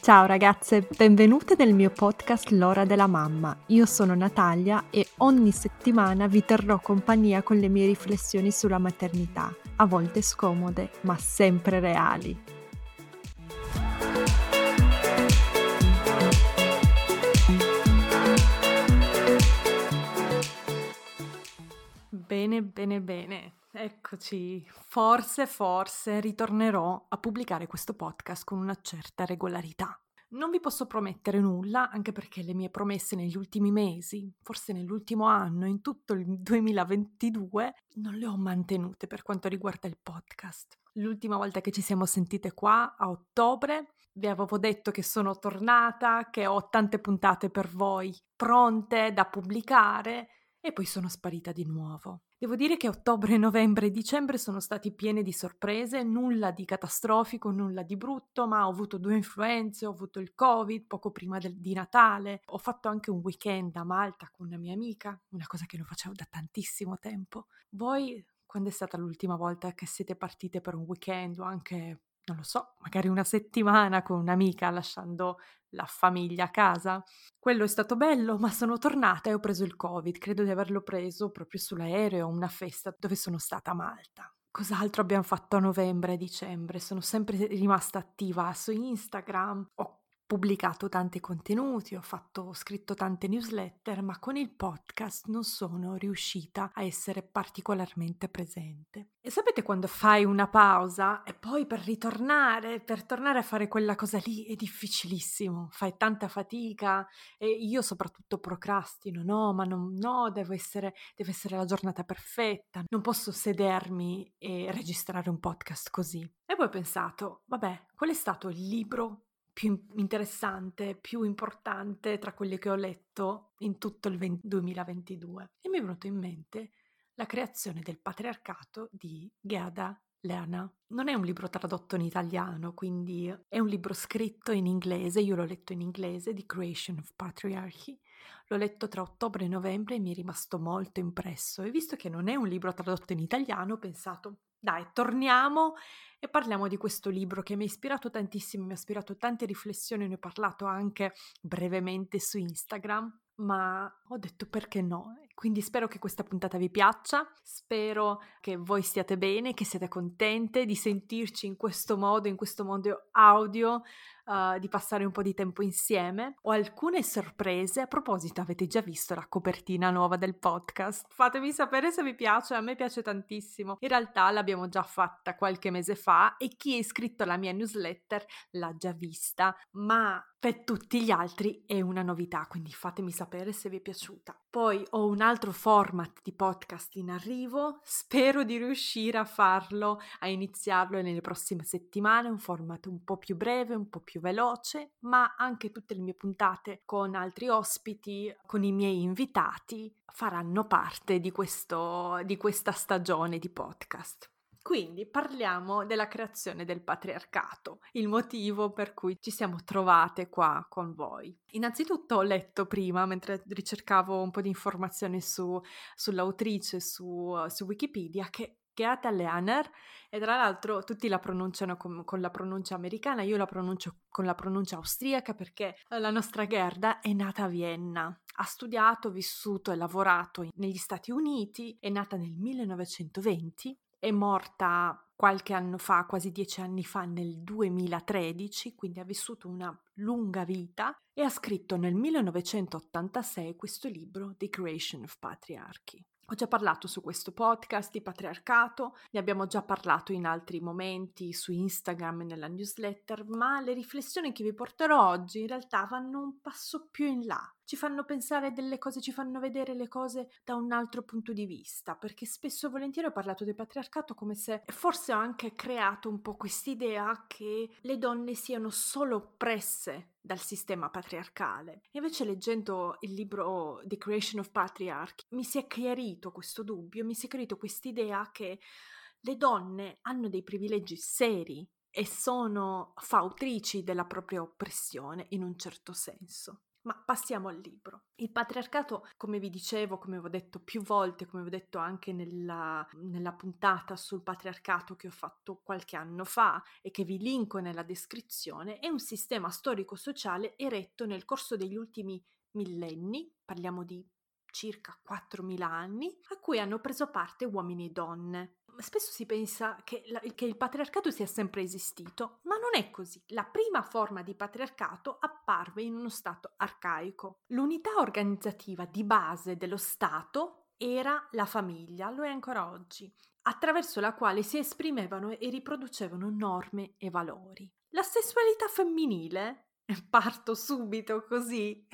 Ciao ragazze, benvenute nel mio podcast L'ora della mamma. Io sono Natalia e ogni settimana vi terrò compagnia con le mie riflessioni sulla maternità, a volte scomode, ma sempre reali. Bene, eccoci. Forse ritornerò a pubblicare questo podcast con una certa regolarità. Non vi posso promettere nulla, anche perché le mie promesse negli ultimi mesi, forse nell'ultimo anno, in tutto il 2022, non le ho mantenute per quanto riguarda il podcast. L'ultima volta che ci siamo sentite qua, a ottobre, vi avevo detto che sono tornata, che ho tante puntate per voi pronte da pubblicare e poi sono sparita di nuovo. Devo dire che ottobre, novembre e dicembre sono stati pieni di sorprese, nulla di catastrofico, nulla di brutto, ma ho avuto 2 influenze, ho avuto il Covid poco prima di Natale, ho fatto anche un weekend a Malta con una mia amica, una cosa che non facevo da tantissimo tempo. Voi, quando è stata l'ultima volta che siete partite per un weekend o anche, non lo so, magari una settimana con un'amica lasciando la famiglia a casa? Quello è stato bello, ma sono tornata e ho preso il Covid. Credo di averlo preso proprio sull'aereo a una festa dove sono stata a Malta. Cos'altro abbiamo fatto a novembre e dicembre? Sono sempre rimasta attiva su Instagram, ho pubblicato tanti contenuti, ho scritto tante newsletter, ma con il podcast non sono riuscita a essere particolarmente presente. E sapete quando fai una pausa e poi per tornare a fare quella cosa lì è difficilissimo, fai tanta fatica e io soprattutto procrastino, no, ma non, no, deve essere la giornata perfetta, non posso sedermi e registrare un podcast così. E poi ho pensato, vabbè, qual è stato il libro più interessante, più importante tra quelli che ho letto in tutto il 2022? E mi è venuto in mente La creazione del patriarcato di Gerda Lerner. Non è un libro tradotto in italiano, quindi è un libro scritto in inglese, io l'ho letto in inglese, The Creation of Patriarchy. L'ho letto tra ottobre e novembre e mi è rimasto molto impresso. E visto che non è un libro tradotto in italiano, ho pensato, dai, torniamo e parliamo di questo libro che mi ha ispirato tantissimo, mi ha ispirato tante riflessioni, ne ho parlato anche brevemente su Instagram, ma ho detto perché no? Quindi spero che questa puntata vi piaccia, spero che voi stiate bene, che siete contente di sentirci in questo modo audio, di passare un po' di tempo insieme. Ho alcune sorprese. A proposito, avete già visto la copertina nuova del podcast? Fatemi sapere se vi piace, a me piace tantissimo. In realtà l'abbiamo già fatta qualche mese fa e chi è iscritto alla mia newsletter l'ha già vista, ma per tutti gli altri è una novità, quindi fatemi sapere se vi è piaciuta. Poi ho un altro format di podcast in arrivo, spero di riuscire a farlo, a iniziarlo nelle prossime settimane, un format un po' più breve, un po' più veloce, ma anche tutte le mie puntate con altri ospiti, con i miei invitati, faranno parte di questa stagione di podcast. Quindi parliamo della creazione del patriarcato, il motivo per cui ci siamo trovate qua con voi. Innanzitutto ho letto prima, mentre ricercavo un po' di informazioni sull'autrice su Wikipedia, che Gerda Lerner, e tra l'altro tutti la pronunciano con la pronuncia americana, io la pronuncio con la pronuncia austriaca perché la nostra Gerda è nata a Vienna. Ha studiato, vissuto e lavorato negli Stati Uniti, è nata nel 1920, è morta qualche anno fa, quasi 10 anni fa, nel 2013, quindi ha vissuto una lunga vita e ha scritto nel 1986 questo libro, The Creation of Patriarchy. Ho già parlato su questo podcast di patriarcato, ne abbiamo già parlato in altri momenti su Instagram e nella newsletter, ma le riflessioni che vi porterò oggi in realtà vanno un passo più in là. Ci fanno pensare delle cose, ci fanno vedere le cose da un altro punto di vista, perché spesso e volentieri ho parlato del patriarcato come se forse ho anche creato un po' quest'idea che le donne siano solo oppresse dal sistema patriarcale. E invece leggendo il libro The Creation of Patriarchy mi si è chiarito questo dubbio, mi si è chiarito quest'idea che le donne hanno dei privilegi seri e sono fautrici della propria oppressione in un certo senso. Ma passiamo al libro. Il patriarcato, come vi dicevo, come avevo detto più volte, come avevo detto anche nella puntata sul patriarcato che ho fatto qualche anno fa e che vi linko nella descrizione, è un sistema storico-sociale eretto nel corso degli ultimi millenni, parliamo di circa 4.000 anni, a cui hanno preso parte uomini e donne. Spesso si pensa che il patriarcato sia sempre esistito, ma non è così. La prima forma di patriarcato apparve in uno stato arcaico. L'unità organizzativa di base dello Stato era la famiglia, lo è ancora oggi, attraverso la quale si esprimevano e riproducevano norme e valori. La sessualità femminile, parto subito così,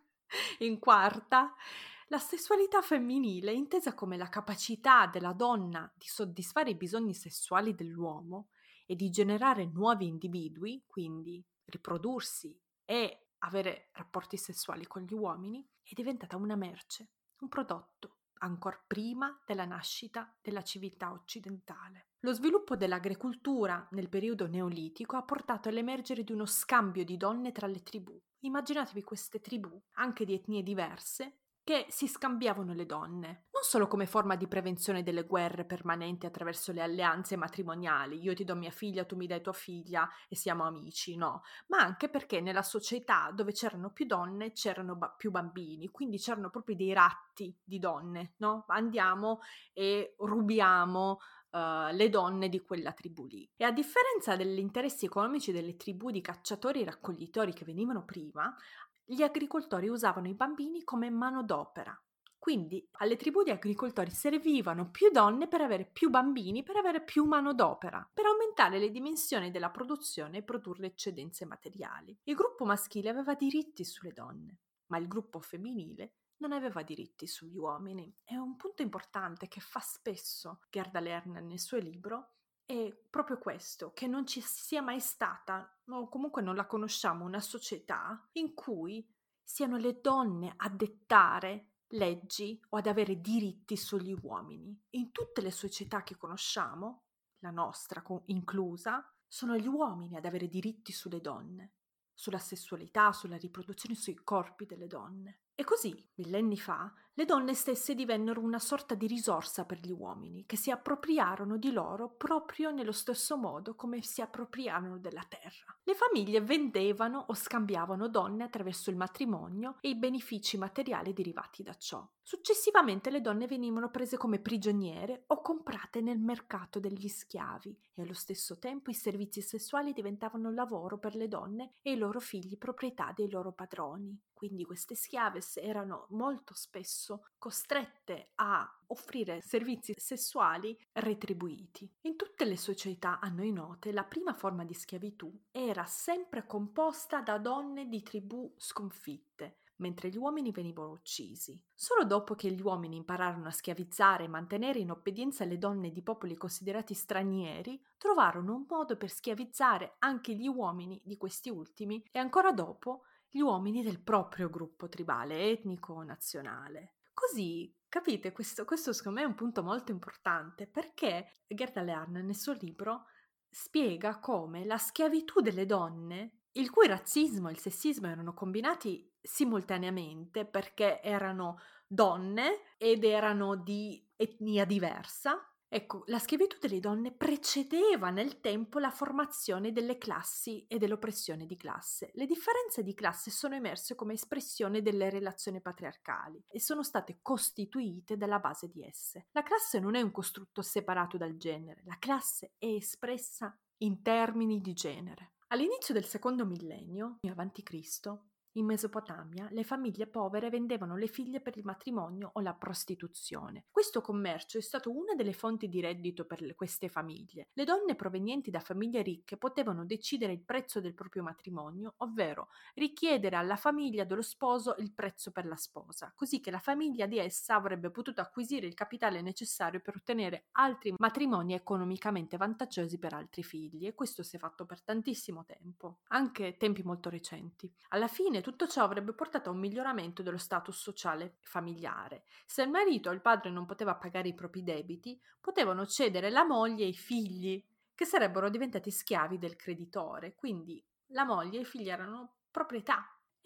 in quarta, la sessualità femminile, intesa come la capacità della donna di soddisfare i bisogni sessuali dell'uomo e di generare nuovi individui, quindi riprodursi e avere rapporti sessuali con gli uomini, è diventata una merce, un prodotto, ancor prima della nascita della civiltà occidentale. Lo sviluppo dell'agricoltura nel periodo neolitico ha portato all'emergere di uno scambio di donne tra le tribù. Immaginatevi queste tribù, anche di etnie diverse, che si scambiavano le donne, non solo come forma di prevenzione delle guerre permanenti attraverso le alleanze matrimoniali, io ti do mia figlia, tu mi dai tua figlia e siamo amici, no, ma anche perché nella società dove c'erano più donne c'erano più bambini, quindi c'erano proprio dei ratti di donne, no? Andiamo e rubiamo le donne di quella tribù lì. E a differenza degli interessi economici delle tribù di cacciatori e raccoglitori che venivano prima, gli agricoltori usavano i bambini come manodopera. Quindi alle tribù di agricoltori servivano più donne per avere più bambini, per avere più manodopera, per aumentare le dimensioni della produzione e produrre eccedenze materiali. Il gruppo maschile aveva diritti sulle donne, ma il gruppo femminile non aveva diritti sugli uomini. È un punto importante che fa spesso Gerda Lerner nel suo libro, è proprio questo, che non ci sia mai stata, o comunque non la conosciamo, una società in cui siano le donne a dettare leggi o ad avere diritti sugli uomini. In tutte le società che conosciamo, la nostra inclusa, sono gli uomini ad avere diritti sulle donne, sulla sessualità, sulla riproduzione, sui corpi delle donne. E così, millenni fa, le donne stesse divennero una sorta di risorsa per gli uomini, che si appropriarono di loro proprio nello stesso modo come si appropriarono della terra. Le famiglie vendevano o scambiavano donne attraverso il matrimonio e i benefici materiali derivati da ciò. Successivamente le donne venivano prese come prigioniere o comprate nel mercato degli schiavi e allo stesso tempo i servizi sessuali diventavano lavoro per le donne e i loro figli proprietà dei loro padroni. Quindi queste schiave erano molto spesso costrette a offrire servizi sessuali retribuiti. In tutte le società a noi note, la prima forma di schiavitù era sempre composta da donne di tribù sconfitte, mentre gli uomini venivano uccisi. Solo dopo che gli uomini impararono a schiavizzare e mantenere in obbedienza le donne di popoli considerati stranieri, trovarono un modo per schiavizzare anche gli uomini di questi ultimi e ancora dopo gli uomini del proprio gruppo tribale, etnico o nazionale. Così, capite, questo secondo me è un punto molto importante perché Gerda Lerner nel suo libro spiega come la schiavitù delle donne, il cui razzismo e il sessismo erano combinati simultaneamente perché erano donne ed erano di etnia diversa. Ecco, la schiavitù delle donne precedeva nel tempo la formazione delle classi e dell'oppressione di classe. Le differenze di classe sono emerse come espressione delle relazioni patriarcali e sono state costituite dalla base di esse. La classe non è un costrutto separato dal genere, la classe è espressa in termini di genere. All'inizio del secondo millennio, avanti Cristo, in Mesopotamia le famiglie povere vendevano le figlie per il matrimonio o la prostituzione. Questo commercio è stato una delle fonti di reddito per queste famiglie. Le donne provenienti da famiglie ricche potevano decidere il prezzo del proprio matrimonio, ovvero richiedere alla famiglia dello sposo il prezzo per la sposa, così che la famiglia di essa avrebbe potuto acquisire il capitale necessario per ottenere altri matrimoni economicamente vantaggiosi per altri figli, e questo si è fatto per tantissimo tempo, anche tempi molto recenti. Alla fine tutto ciò avrebbe portato a un miglioramento dello status sociale familiare. Se il marito o il padre non poteva pagare i propri debiti, potevano cedere la moglie e i figli, che sarebbero diventati schiavi del creditore, quindi la moglie e i figli erano proprietà.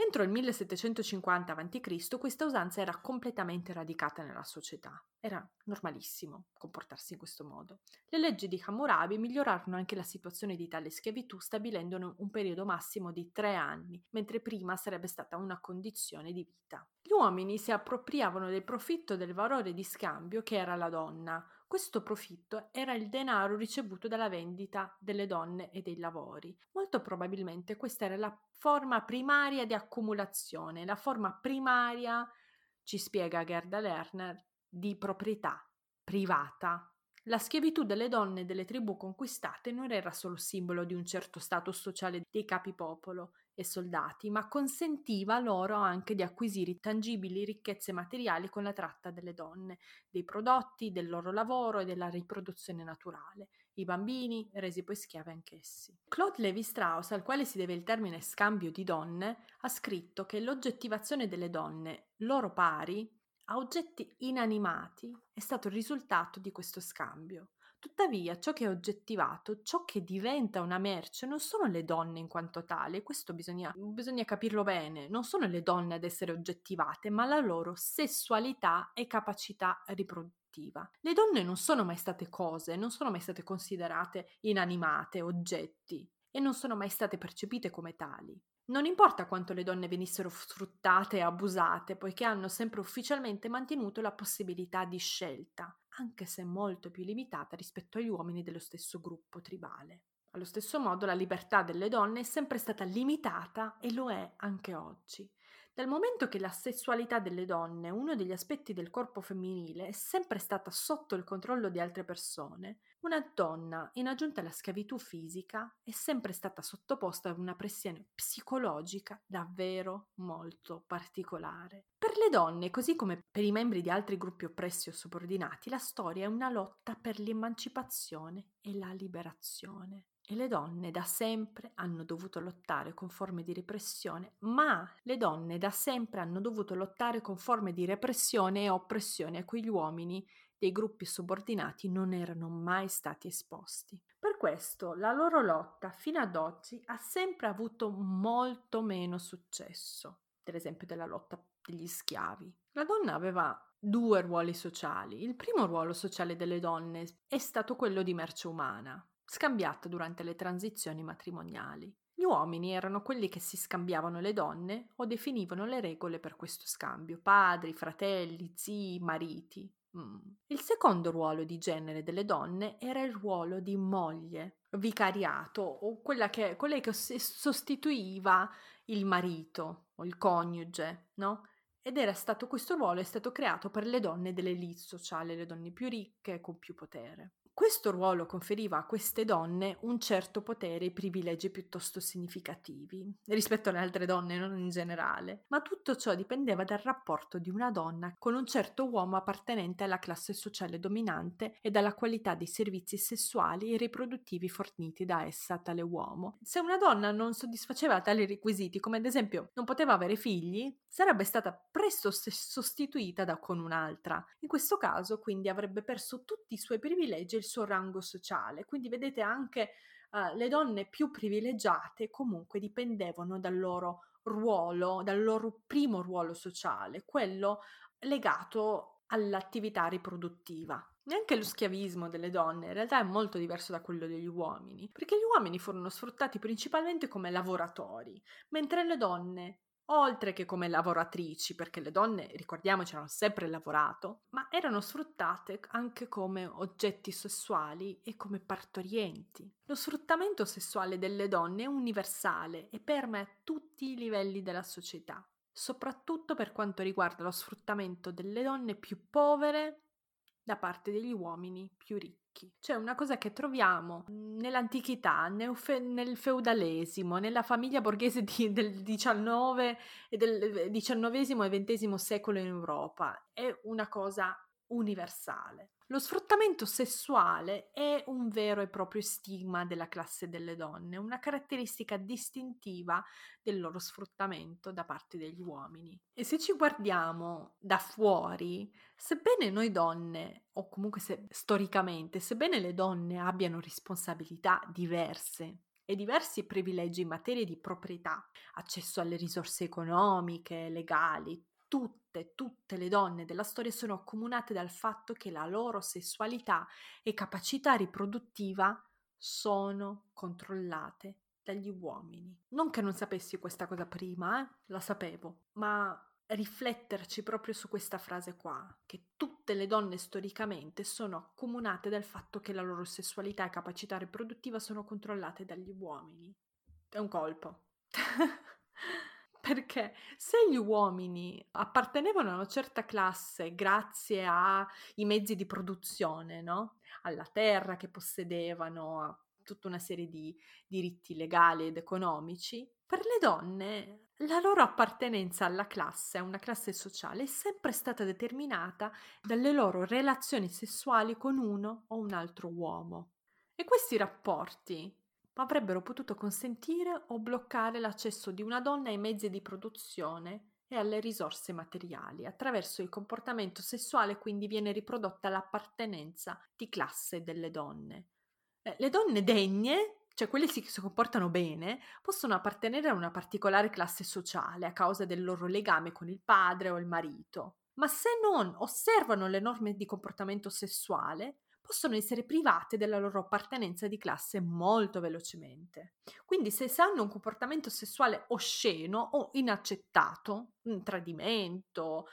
Entro il 1750 a.C. questa usanza era completamente radicata nella società. Era normalissimo comportarsi in questo modo. Le leggi di Hammurabi migliorarono anche la situazione di tale schiavitù, stabilendone un periodo massimo di 3 anni, mentre prima sarebbe stata una condizione di vita. Gli uomini si appropriavano del profitto del valore di scambio che era la donna. Questo profitto era il denaro ricevuto dalla vendita delle donne e dei lavori. Molto probabilmente questa era la forma primaria di accumulazione, la forma primaria, ci spiega Gerda Lerner, di proprietà privata. La schiavitù delle donne delle tribù conquistate non era solo simbolo di un certo status sociale dei capipopolo e soldati, ma consentiva loro anche di acquisire tangibili ricchezze materiali con la tratta delle donne, dei prodotti, del loro lavoro e della riproduzione naturale. I bambini, resi poi schiavi anch'essi. Claude Lévi-Strauss, al quale si deve il termine scambio di donne, ha scritto che l'oggettivazione delle donne, loro pari, a oggetti inanimati è stato il risultato di questo scambio. Tuttavia, ciò che è oggettivato, ciò che diventa una merce, non sono le donne in quanto tali, questo bisogna capirlo bene, non sono le donne ad essere oggettivate, ma la loro sessualità e capacità riproduttiva. Le donne non sono mai state cose, non sono mai state considerate inanimate, oggetti, e non sono mai state percepite come tali. Non importa quanto le donne venissero sfruttate e abusate, poiché hanno sempre ufficialmente mantenuto la possibilità di scelta, anche se molto più limitata rispetto agli uomini dello stesso gruppo tribale. Allo stesso modo, la libertà delle donne è sempre stata limitata e lo è anche oggi. Dal momento che la sessualità delle donne, uno degli aspetti del corpo femminile, è sempre stata sotto il controllo di altre persone, una donna, in aggiunta alla schiavitù fisica, è sempre stata sottoposta a una pressione psicologica davvero molto particolare. Per le donne, così come per i membri di altri gruppi oppressi o subordinati, la storia è una lotta per l'emancipazione e la liberazione. E le donne da sempre hanno dovuto lottare con forme di repressione, ma le donne da sempre hanno dovuto lottare con forme di repressione e oppressione a cui gli uomini dei gruppi subordinati non erano mai stati esposti. Per questo la loro lotta fino ad oggi ha sempre avuto molto meno successo, per esempio della lotta degli schiavi. La donna aveva 2 ruoli sociali. Il primo ruolo sociale delle donne è stato quello di merce umana, scambiata durante le transizioni matrimoniali. Gli uomini erano quelli che si scambiavano le donne o definivano le regole per questo scambio: padri, fratelli, zii, mariti. Il secondo ruolo di genere delle donne era il ruolo di moglie, vicariato, o colei che sostituiva il marito o il coniuge, no? Questo ruolo è stato creato per le donne dell'elite sociale, le donne più ricche con più potere. Questo ruolo conferiva a queste donne un certo potere e privilegi piuttosto significativi rispetto alle altre donne, non in generale, ma tutto ciò dipendeva dal rapporto di una donna con un certo uomo appartenente alla classe sociale dominante e dalla qualità dei servizi sessuali e riproduttivi forniti da essa a tale uomo. Se una donna non soddisfaceva tali requisiti, come ad esempio non poteva avere figli, sarebbe stata presto sostituita con un'altra. In questo caso, quindi, avrebbe perso tutti i suoi privilegi e il suo rango sociale. Quindi vedete anche le donne più privilegiate comunque dipendevano dal loro ruolo, dal loro primo ruolo sociale, quello legato all'attività riproduttiva. Neanche lo schiavismo delle donne in realtà è molto diverso da quello degli uomini, perché gli uomini furono sfruttati principalmente come lavoratori, mentre le donne, oltre che come lavoratrici, perché le donne, ricordiamoci, hanno sempre lavorato, ma erano sfruttate anche come oggetti sessuali e come partorienti. Lo sfruttamento sessuale delle donne è universale e permea tutti i livelli della società, soprattutto per quanto riguarda lo sfruttamento delle donne più povere da parte degli uomini più ricchi. Cioè una cosa che troviamo nell'antichità, nel feudalesimo, nella famiglia borghese del XIX e del XIX e XX secolo in Europa. È una cosa universale. Lo sfruttamento sessuale è un vero e proprio stigma della classe delle donne, una caratteristica distintiva del loro sfruttamento da parte degli uomini. E se ci guardiamo da fuori, sebbene noi donne, o comunque storicamente, sebbene le donne abbiano responsabilità diverse e diversi privilegi in materia di proprietà, accesso alle risorse economiche, legali, tutte le donne della storia sono accomunate dal fatto che la loro sessualità e capacità riproduttiva sono controllate dagli uomini. Non che non sapessi questa cosa prima, la sapevo, ma rifletterci proprio su questa frase qua, che tutte le donne storicamente sono accomunate dal fatto che la loro sessualità e capacità riproduttiva sono controllate dagli uomini. È un colpo. Perché se gli uomini appartenevano a una certa classe grazie ai mezzi di produzione, no? Alla terra che possedevano, a tutta una serie di diritti legali ed economici, per le donne la loro appartenenza alla classe, a una classe sociale, è sempre stata determinata dalle loro relazioni sessuali con uno o un altro uomo. E questi rapporti avrebbero potuto consentire o bloccare l'accesso di una donna ai mezzi di produzione e alle risorse materiali. Attraverso il comportamento sessuale quindi viene riprodotta l'appartenenza di classe delle donne. Le donne degne, cioè quelle che si comportano bene, possono appartenere a una particolare classe sociale a causa del loro legame con il padre o il marito, ma se non osservano le norme di comportamento sessuale, possono essere private della loro appartenenza di classe molto velocemente. Quindi se hanno un comportamento sessuale osceno o inaccettato, un tradimento,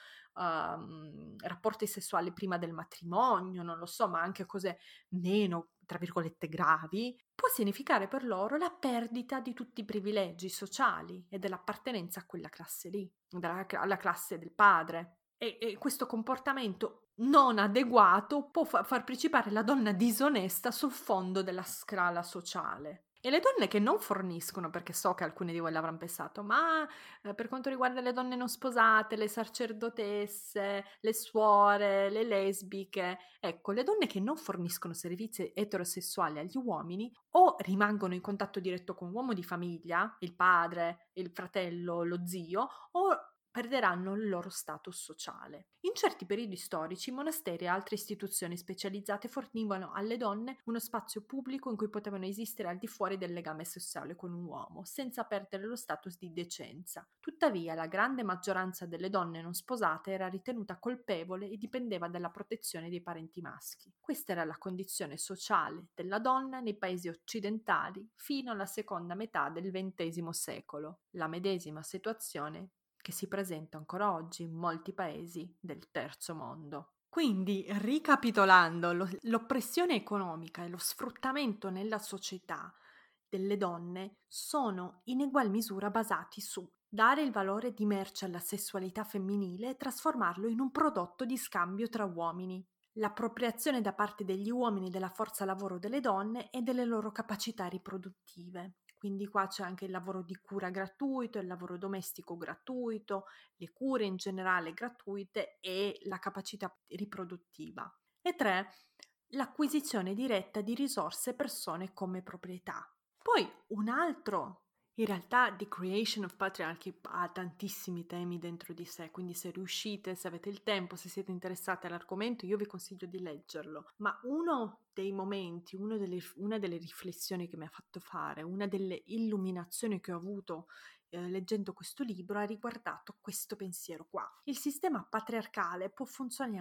rapporti sessuali prima del matrimonio, non lo so, ma anche cose meno, tra virgolette, gravi, può significare per loro la perdita di tutti i privilegi sociali e dell'appartenenza a quella classe lì, alla classe del padre. E questo comportamento non adeguato può far partecipare la donna disonesta sul fondo della scala sociale. E le donne che non forniscono, perché so che alcune di voi l'avranno pensato, ma per quanto riguarda le donne non sposate, le sacerdotesse, le suore, le lesbiche, ecco, le donne che non forniscono servizi eterosessuali agli uomini o rimangono in contatto diretto con un uomo di famiglia, il padre, il fratello, lo zio, o perderanno il loro status sociale. In certi periodi storici, monasteri e altre istituzioni specializzate fornivano alle donne uno spazio pubblico in cui potevano esistere al di fuori del legame sessuale con un uomo, senza perdere lo status di decenza. Tuttavia, la grande maggioranza delle donne non sposate era ritenuta colpevole e dipendeva dalla protezione dei parenti maschi. Questa era la condizione sociale della donna nei paesi occidentali fino alla seconda metà del XX secolo. La medesima situazione che si presenta ancora oggi in molti paesi del terzo mondo. Quindi, ricapitolando, l'oppressione economica e lo sfruttamento nella società delle donne sono in egual misura basati su dare il valore di merce alla sessualità femminile e trasformarlo in un prodotto di scambio tra uomini. L'appropriazione da parte degli uomini della forza lavoro delle donne e delle loro capacità riproduttive. Quindi qua c'è anche il lavoro di cura gratuito, il lavoro domestico gratuito, le cure in generale gratuite e la capacità riproduttiva. E 3. L'acquisizione diretta di risorse e persone come proprietà. Poi un altro, in realtà The Creation of Patriarchy ha tantissimi temi dentro di sé, quindi se riuscite, se avete il tempo, se siete interessati all'argomento, io vi consiglio di leggerlo. Ma uno dei momenti, una delle riflessioni che mi ha fatto fare, una delle illuminazioni che ho avuto leggendo questo libro ha riguardato questo pensiero qua. Il sistema patriarcale può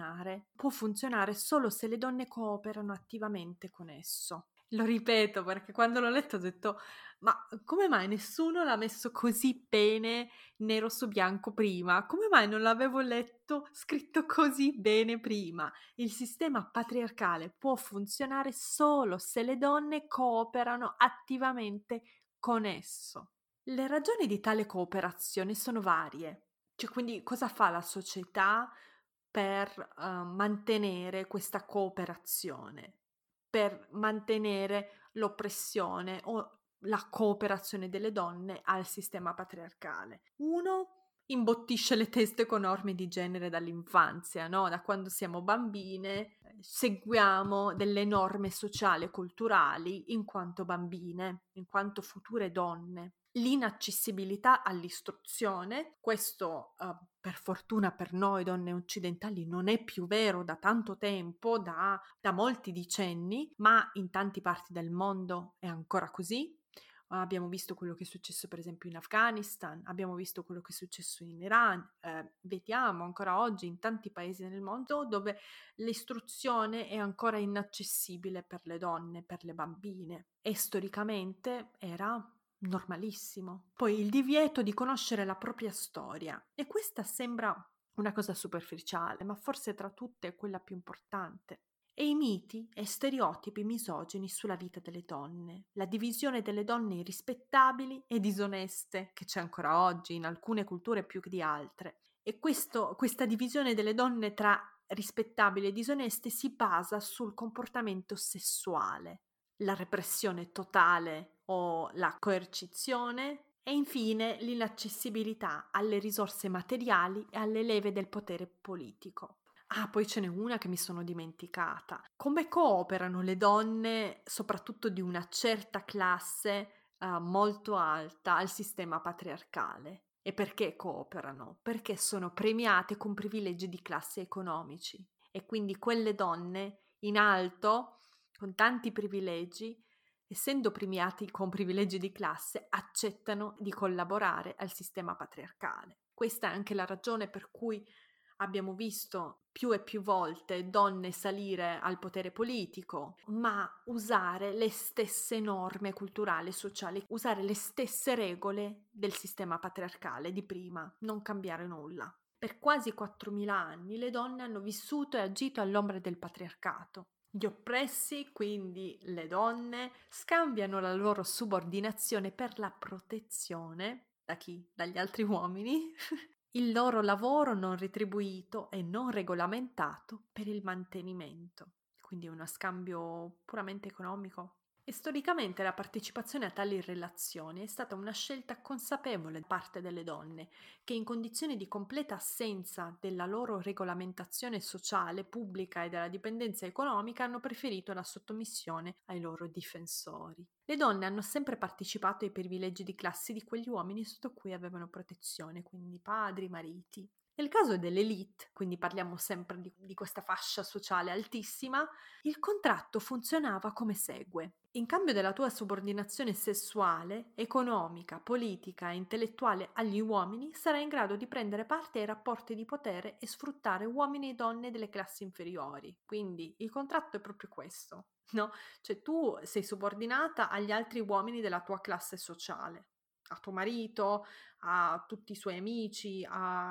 funzionare solo se le donne cooperano attivamente con esso. Lo ripeto perché quando l'ho letto ho detto ma come mai nessuno l'ha messo così bene nero su bianco prima? Come mai non l'avevo letto scritto così bene prima? Il sistema patriarcale può funzionare solo se le donne cooperano attivamente con esso. Le ragioni di tale cooperazione sono varie. Cioè, quindi cosa fa la società per mantenere questa cooperazione, per mantenere l'oppressione o la cooperazione delle donne al sistema patriarcale? Uno, imbottisce le teste con norme di genere dall'infanzia, no? Da quando siamo bambine seguiamo delle norme sociali e culturali in quanto bambine, in quanto future donne. L'inaccessibilità all'istruzione, questo per fortuna per noi donne occidentali non è più vero da tanto tempo, da molti decenni, ma in tante parti del mondo è ancora così. Abbiamo visto quello che è successo per esempio in Afghanistan, abbiamo visto quello che è successo in Iran, vediamo ancora oggi in tanti paesi nel mondo dove l'istruzione è ancora inaccessibile per le donne, per le bambine, e storicamente era normalissimo. Poi il divieto di conoscere la propria storia, e questa sembra una cosa superficiale, ma forse tra tutte è quella più importante. E i miti e stereotipi misogini sulla vita delle donne, la divisione delle donne irrispettabili e disoneste, che c'è ancora oggi in alcune culture più di altre. E questa divisione delle donne tra rispettabili e disoneste si basa sul comportamento sessuale, la repressione totale o la coercizione e infine l'inaccessibilità alle risorse materiali e alle leve del potere politico. Ah, poi ce n'è una che mi sono dimenticata. Come cooperano le donne, soprattutto di una certa classe, molto alta, al sistema patriarcale? E perché cooperano? Perché sono premiate con privilegi di classe economici. E quindi quelle donne in alto, con tanti privilegi, essendo premiati con privilegi di classe, accettano di collaborare al sistema patriarcale. Questa è anche la ragione per cui abbiamo visto più e più volte donne salire al potere politico, ma usare le stesse norme culturali e sociali, usare le stesse regole del sistema patriarcale di prima, non cambiare nulla. Per quasi 4.000 anni le donne hanno vissuto e agito all'ombra del patriarcato. Gli oppressi, quindi le donne, scambiano la loro subordinazione per la protezione da chi? Dagli altri uomini il loro lavoro non retribuito e non regolamentato per il mantenimento, quindi uno scambio puramente economico. E storicamente la partecipazione a tali relazioni è stata una scelta consapevole da parte delle donne, che in condizioni di completa assenza della loro regolamentazione sociale, pubblica e della dipendenza economica hanno preferito la sottomissione ai loro difensori. Le donne hanno sempre partecipato ai privilegi di classe di quegli uomini sotto cui avevano protezione, quindi padri, mariti. Nel caso dell'elite, quindi parliamo sempre di questa fascia sociale altissima, il contratto funzionava come segue. In cambio della tua subordinazione sessuale, economica, politica e intellettuale agli uomini, sarai in grado di prendere parte ai rapporti di potere e sfruttare uomini e donne delle classi inferiori. Quindi il contratto è proprio questo, no? Cioè tu sei subordinata agli altri uomini della tua classe sociale, a tuo marito, a tutti i suoi amici,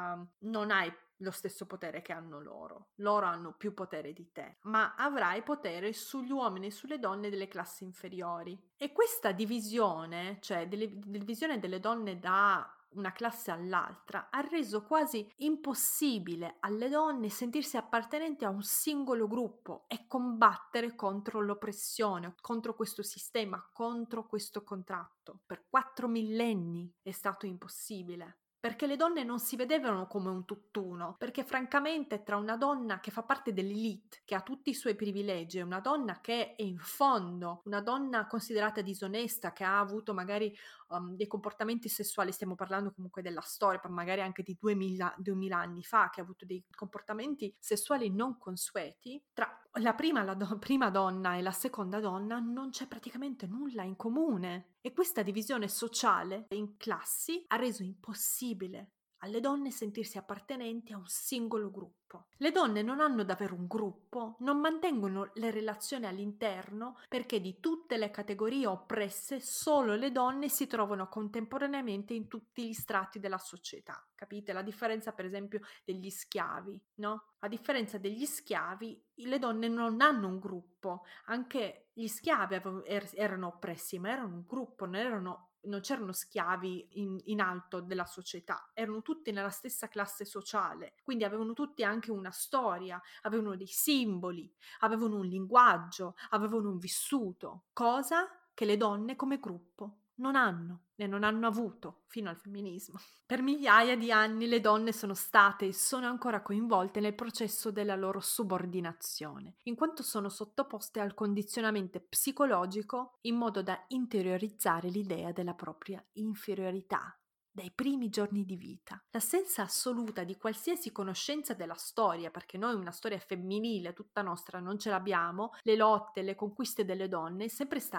non hai lo stesso potere che hanno loro. Loro hanno più potere di te, ma avrai potere sugli uomini e sulle donne delle classi inferiori. E questa divisione, cioè divisione delle donne da una classe all'altra, ha reso quasi impossibile alle donne sentirsi appartenenti a un singolo gruppo e combattere contro l'oppressione, contro questo sistema, contro questo contratto. Per 4 millenni è stato impossibile. Perché le donne non si vedevano come un tutt'uno, perché francamente tra una donna che fa parte dell'elite, che ha tutti i suoi privilegi, e una donna che è in fondo, una donna considerata disonesta, che ha avuto magari dei comportamenti sessuali, stiamo parlando comunque della storia, magari anche di 2000 anni fa, che ha avuto dei comportamenti sessuali non consueti, tra la prima donna e la seconda donna non c'è praticamente nulla in comune. E questa divisione sociale in classi ha reso impossibile alle donne sentirsi appartenenti a un singolo gruppo. Le donne non hanno davvero un gruppo, non mantengono le relazioni all'interno perché di tutte le categorie oppresse solo le donne si trovano contemporaneamente in tutti gli strati della società. Capite? La differenza per esempio degli schiavi, no? A differenza degli schiavi, le donne non hanno un gruppo, anche gli schiavi erano oppressi, ma erano un gruppo, non c'erano schiavi in alto della società, erano tutti nella stessa classe sociale, quindi avevano tutti anche una storia, avevano dei simboli, avevano un linguaggio, avevano un vissuto, cosa che le donne come gruppo non hanno e non hanno avuto fino al femminismo. Per migliaia di anni le donne sono state e sono ancora coinvolte nel processo della loro subordinazione, in quanto sono sottoposte al condizionamento psicologico in modo da interiorizzare l'idea della propria inferiorità dai primi giorni di vita. L'assenza assoluta di qualsiasi conoscenza della storia, perché noi una storia femminile tutta nostra non ce l'abbiamo, le lotte, le conquiste delle donne è sempre stata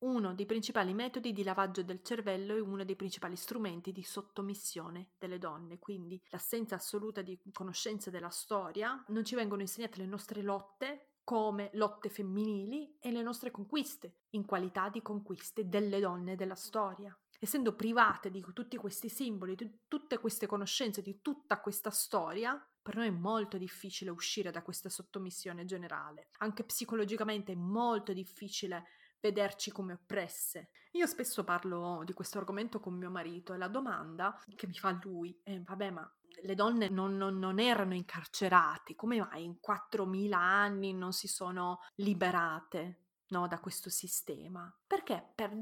uno dei principali metodi di lavaggio del cervello e uno dei principali strumenti di sottomissione delle donne. Quindi l'assenza assoluta di conoscenza della storia, non ci vengono insegnate le nostre lotte come lotte femminili e le nostre conquiste, in qualità di conquiste delle donne della storia. Essendo private di tutti questi simboli, di tutte queste conoscenze, di tutta questa storia, per noi è molto difficile uscire da questa sottomissione generale. Anche psicologicamente è molto difficile vederci come oppresse. Io spesso parlo di questo argomento con mio marito e la domanda che mi fa lui è: vabbè, ma le donne non erano incarcerate, come mai in 4.000 anni non si sono liberate? No, da questo sistema, perché per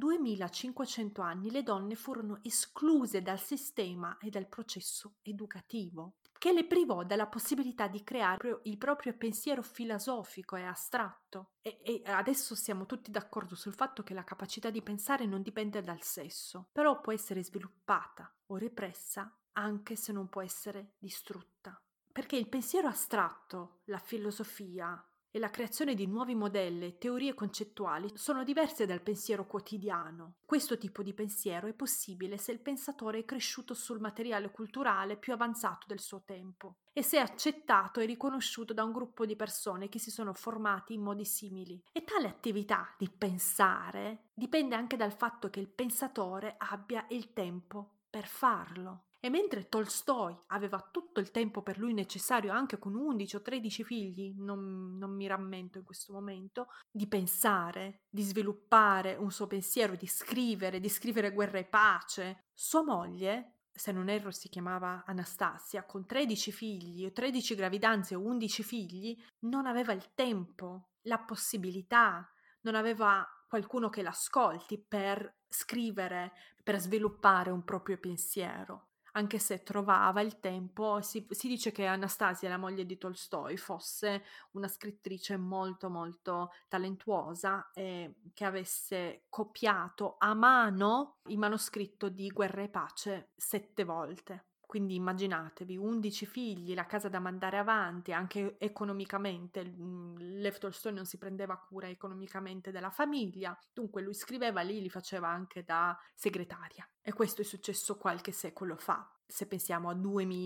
2500 anni le donne furono escluse dal sistema e dal processo educativo, che le privò della possibilità di creare il proprio pensiero filosofico e astratto. E adesso siamo tutti d'accordo sul fatto che la capacità di pensare non dipende dal sesso, però può essere sviluppata o repressa anche se non può essere distrutta. Perché il pensiero astratto, la filosofia e la creazione di nuovi modelli e teorie concettuali sono diverse dal pensiero quotidiano. Questo tipo di pensiero è possibile se il pensatore è cresciuto sul materiale culturale più avanzato del suo tempo e se è accettato e riconosciuto da un gruppo di persone che si sono formati in modi simili. E tale attività di pensare dipende anche dal fatto che il pensatore abbia il tempo per farlo. E mentre Tolstoi aveva tutto il tempo per lui necessario, anche con 11 o 13 figli, non mi rammento in questo momento, di pensare, di sviluppare un suo pensiero, di scrivere Guerra e Pace, sua moglie, se non erro si chiamava Anastasia, con 13 figli, o 13 gravidanze o 11 figli, non aveva il tempo, la possibilità, non aveva qualcuno che l'ascolti per scrivere, per sviluppare un proprio pensiero. Anche se trovava il tempo, si dice che Anastasia, la moglie di Tolstoi, fosse una scrittrice molto molto talentuosa e che avesse copiato a mano il manoscritto di Guerra e Pace 7 volte. Quindi immaginatevi, 11 figli, la casa da mandare avanti, anche economicamente. Lev Tolstoi non si prendeva cura economicamente della famiglia, dunque lui scriveva lì, li faceva anche da segretaria. E questo è successo qualche secolo fa. Se pensiamo a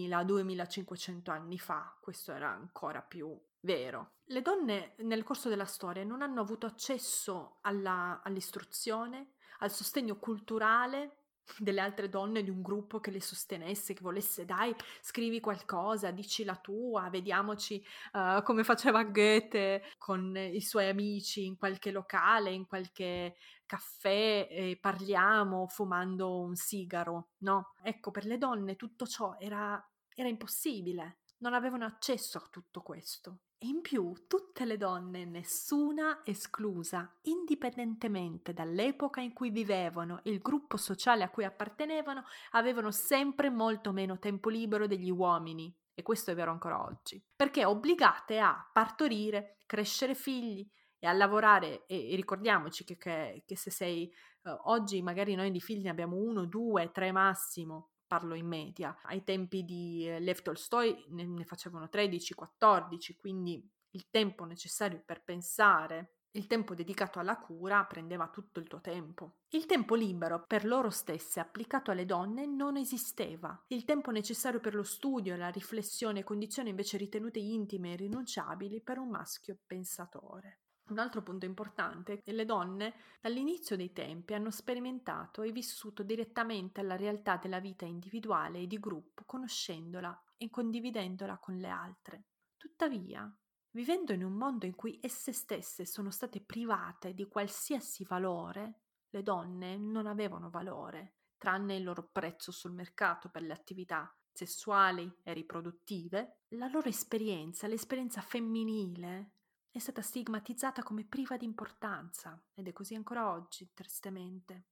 2000-2500 anni fa, questo era ancora più vero. Le donne nel corso della storia non hanno avuto accesso all'istruzione, al sostegno culturale delle altre donne di un gruppo che le sostenesse, che volesse: dai, scrivi qualcosa, dici la tua, vediamoci come faceva Goethe con i suoi amici in qualche locale, in qualche caffè, parliamo fumando un sigaro, no? Ecco, per le donne tutto ciò era impossibile, non avevano accesso a tutto questo. E in più tutte le donne, nessuna esclusa, indipendentemente dall'epoca in cui vivevano e il gruppo sociale a cui appartenevano, avevano sempre molto meno tempo libero degli uomini. E questo è vero ancora oggi, perché obbligate a partorire, crescere figli e a lavorare. E ricordiamoci che se sei oggi magari noi di figli ne abbiamo 1, 2, 3 massimo, parlo in media. Ai tempi di Lev Tolstoi ne facevano 13, 14, quindi il tempo necessario per pensare, il tempo dedicato alla cura prendeva tutto il tuo tempo. Il tempo libero per loro stesse applicato alle donne non esisteva. Il tempo necessario per lo studio e la riflessione, condizioni invece ritenute intime e irrinunciabili per un maschio pensatore. Un altro punto importante è che le donne dall'inizio dei tempi hanno sperimentato e vissuto direttamente la realtà della vita individuale e di gruppo, conoscendola e condividendola con le altre. Tuttavia, vivendo in un mondo in cui esse stesse sono state private di qualsiasi valore, le donne non avevano valore, tranne il loro prezzo sul mercato per le attività sessuali e riproduttive. La loro esperienza, l'esperienza femminile, è stata stigmatizzata come priva di importanza ed è così ancora oggi, tristemente.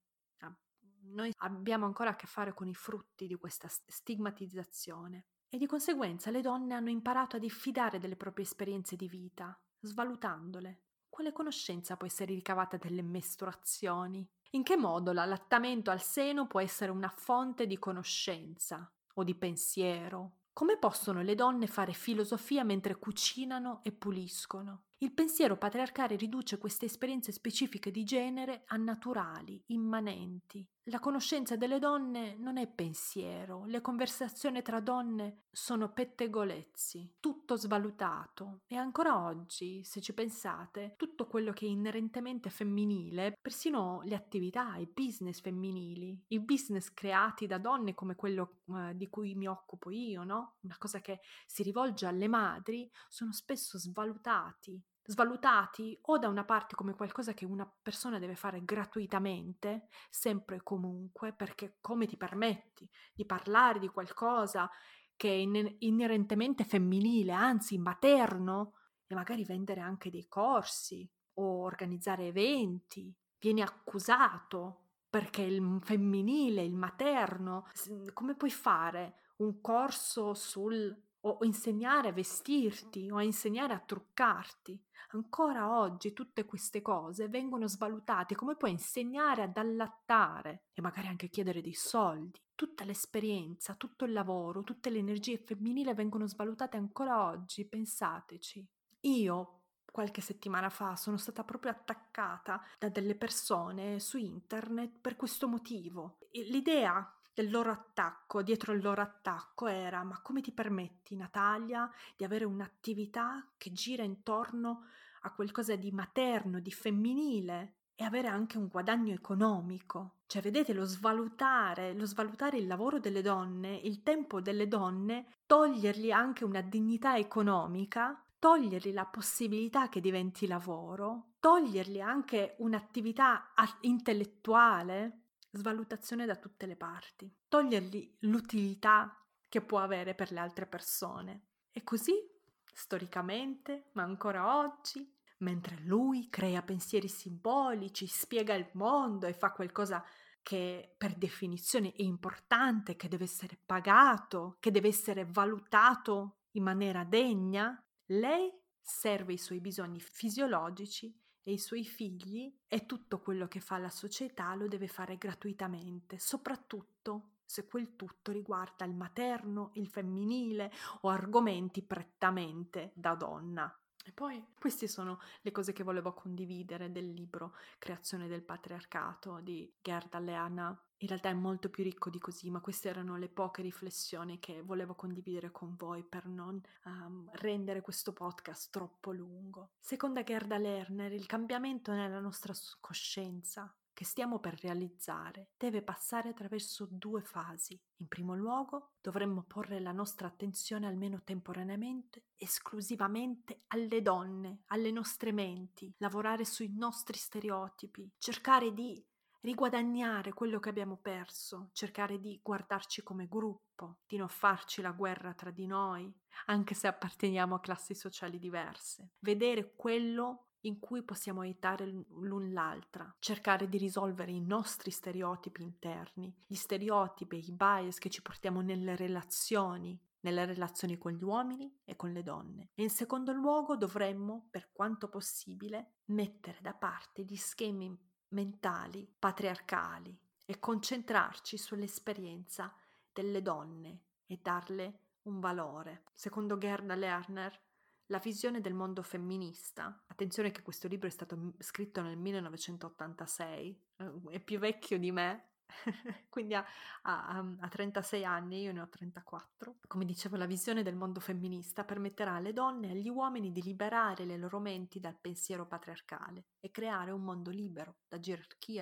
Noi abbiamo ancora a che fare con i frutti di questa stigmatizzazione e di conseguenza le donne hanno imparato a diffidare delle proprie esperienze di vita, svalutandole. Quale conoscenza può essere ricavata dalle mestruazioni? In che modo l'allattamento al seno può essere una fonte di conoscenza o di pensiero? Come possono le donne fare filosofia mentre cucinano e puliscono? Il pensiero patriarcale riduce queste esperienze specifiche di genere a naturali, immanenti. La conoscenza delle donne non è pensiero, le conversazioni tra donne sono pettegolezzi, tutto svalutato. E ancora oggi, se ci pensate, tutto quello che è inerentemente femminile, persino le attività, i business femminili, i business creati da donne come quello di cui mi occupo io, no? Una cosa che si rivolge alle madri, sono spesso svalutati o da una parte come qualcosa che una persona deve fare gratuitamente, sempre e comunque, perché come ti permetti di parlare di qualcosa che è inerentemente femminile, anzi materno, e magari vendere anche dei corsi o organizzare eventi, vieni accusato perché il femminile, il materno, come puoi fare un corso o insegnare a vestirti o a insegnare a truccarti? Ancora oggi tutte queste cose vengono svalutate. Come puoi insegnare ad allattare e magari anche chiedere dei soldi? Tutta l'esperienza, tutto il lavoro, tutte le energie femminili vengono svalutate ancora oggi, pensateci. Io qualche settimana fa sono stata proprio attaccata da delle persone su internet per questo motivo. L'idea del loro attacco, dietro il loro attacco era: ma come ti permetti, Natalia, di avere un'attività che gira intorno a qualcosa di materno, di femminile e avere anche un guadagno economico? Cioè, vedete, lo svalutare il lavoro delle donne, il tempo delle donne, togliergli anche una dignità economica, togliergli la possibilità che diventi lavoro, togliergli anche un'attività intellettuale, svalutazione da tutte le parti, togliergli l'utilità che può avere per le altre persone. E così, storicamente, ma ancora oggi, mentre lui crea pensieri simbolici, spiega il mondo e fa qualcosa che per definizione è importante, che deve essere pagato, che deve essere valutato in maniera degna, lei serve i suoi bisogni fisiologici e i suoi figli, e tutto quello che fa la società lo deve fare gratuitamente, soprattutto se quel tutto riguarda il materno, il femminile o argomenti prettamente da donna. E poi queste sono le cose che volevo condividere del libro Creazione del patriarcato di Gerda Lerner. In realtà è molto più ricco di così, ma queste erano le poche riflessioni che volevo condividere con voi per non rendere questo podcast troppo lungo. Secondo Gerda Lerner, il cambiamento nella nostra coscienza che stiamo per realizzare deve passare attraverso due fasi. In primo luogo, dovremmo porre la nostra attenzione, almeno temporaneamente, esclusivamente alle donne, alle nostre menti, lavorare sui nostri stereotipi, cercare di riguadagnare quello che abbiamo perso, cercare di guardarci come gruppo, di non farci la guerra tra di noi, anche se apparteniamo a classi sociali diverse, vedere quello in cui possiamo aiutare l'un l'altra, cercare di risolvere i nostri stereotipi interni, gli stereotipi e i bias che ci portiamo nelle relazioni con gli uomini e con le donne. E in secondo luogo dovremmo, per quanto possibile, mettere da parte gli schemi mentali patriarcali e concentrarci sull'esperienza delle donne e darle un valore. Secondo Gerda Lerner, la visione del mondo femminista, attenzione che questo libro è stato scritto nel 1986, è più vecchio di me, quindi ha 36 anni, io ne ho 34. Come dicevo, la visione del mondo femminista permetterà alle donne e agli uomini di liberare le loro menti dal pensiero patriarcale e creare un mondo libero da gerarchie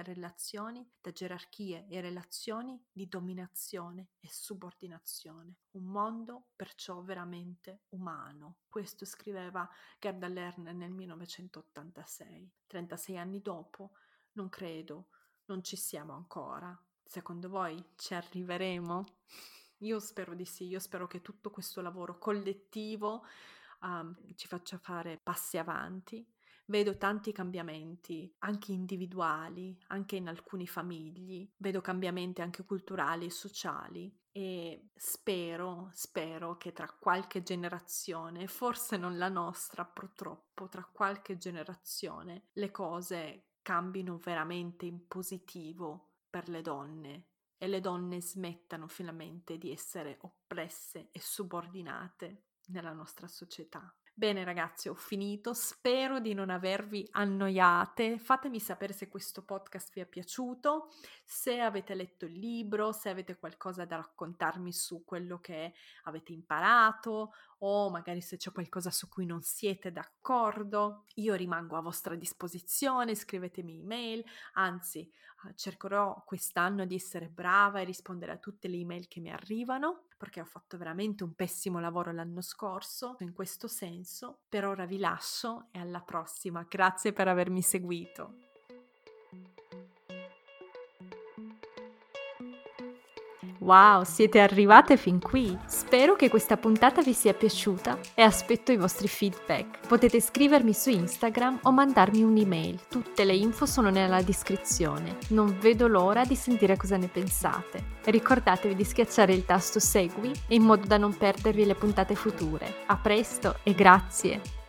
e relazioni di dominazione e subordinazione. Un mondo perciò veramente umano. Questo scriveva Gerda Lerner nel 1986. 36 anni dopo, non ci siamo ancora. Secondo voi ci arriveremo? Io spero di sì, io spero che tutto questo lavoro collettivo ci faccia fare passi avanti. Vedo tanti cambiamenti, anche individuali, anche in alcuni famigli, vedo cambiamenti anche culturali e sociali e spero che tra qualche generazione, forse non la nostra purtroppo, tra qualche generazione le cose cambino veramente in positivo per le donne e le donne smettano finalmente di essere oppresse e subordinate nella nostra società. Bene ragazzi, ho finito, spero di non avervi annoiate, fatemi sapere se questo podcast vi è piaciuto, se avete letto il libro, se avete qualcosa da raccontarmi su quello che avete imparato o magari se c'è qualcosa su cui non siete d'accordo. Io rimango a vostra disposizione, scrivetemi email, anzi cercherò quest'anno di essere brava e rispondere a tutte le email che mi arrivano, perché ho fatto veramente un pessimo lavoro l'anno scorso in questo senso. Per ora vi lascio e alla prossima. Grazie per avermi seguito. Wow, siete arrivate fin qui! Spero che questa puntata vi sia piaciuta e aspetto i vostri feedback. Potete scrivermi su Instagram o mandarmi un'email. Tutte le info sono nella descrizione. Non vedo l'ora di sentire cosa ne pensate. Ricordatevi di schiacciare il tasto segui in modo da non perdervi le puntate future. A presto e grazie!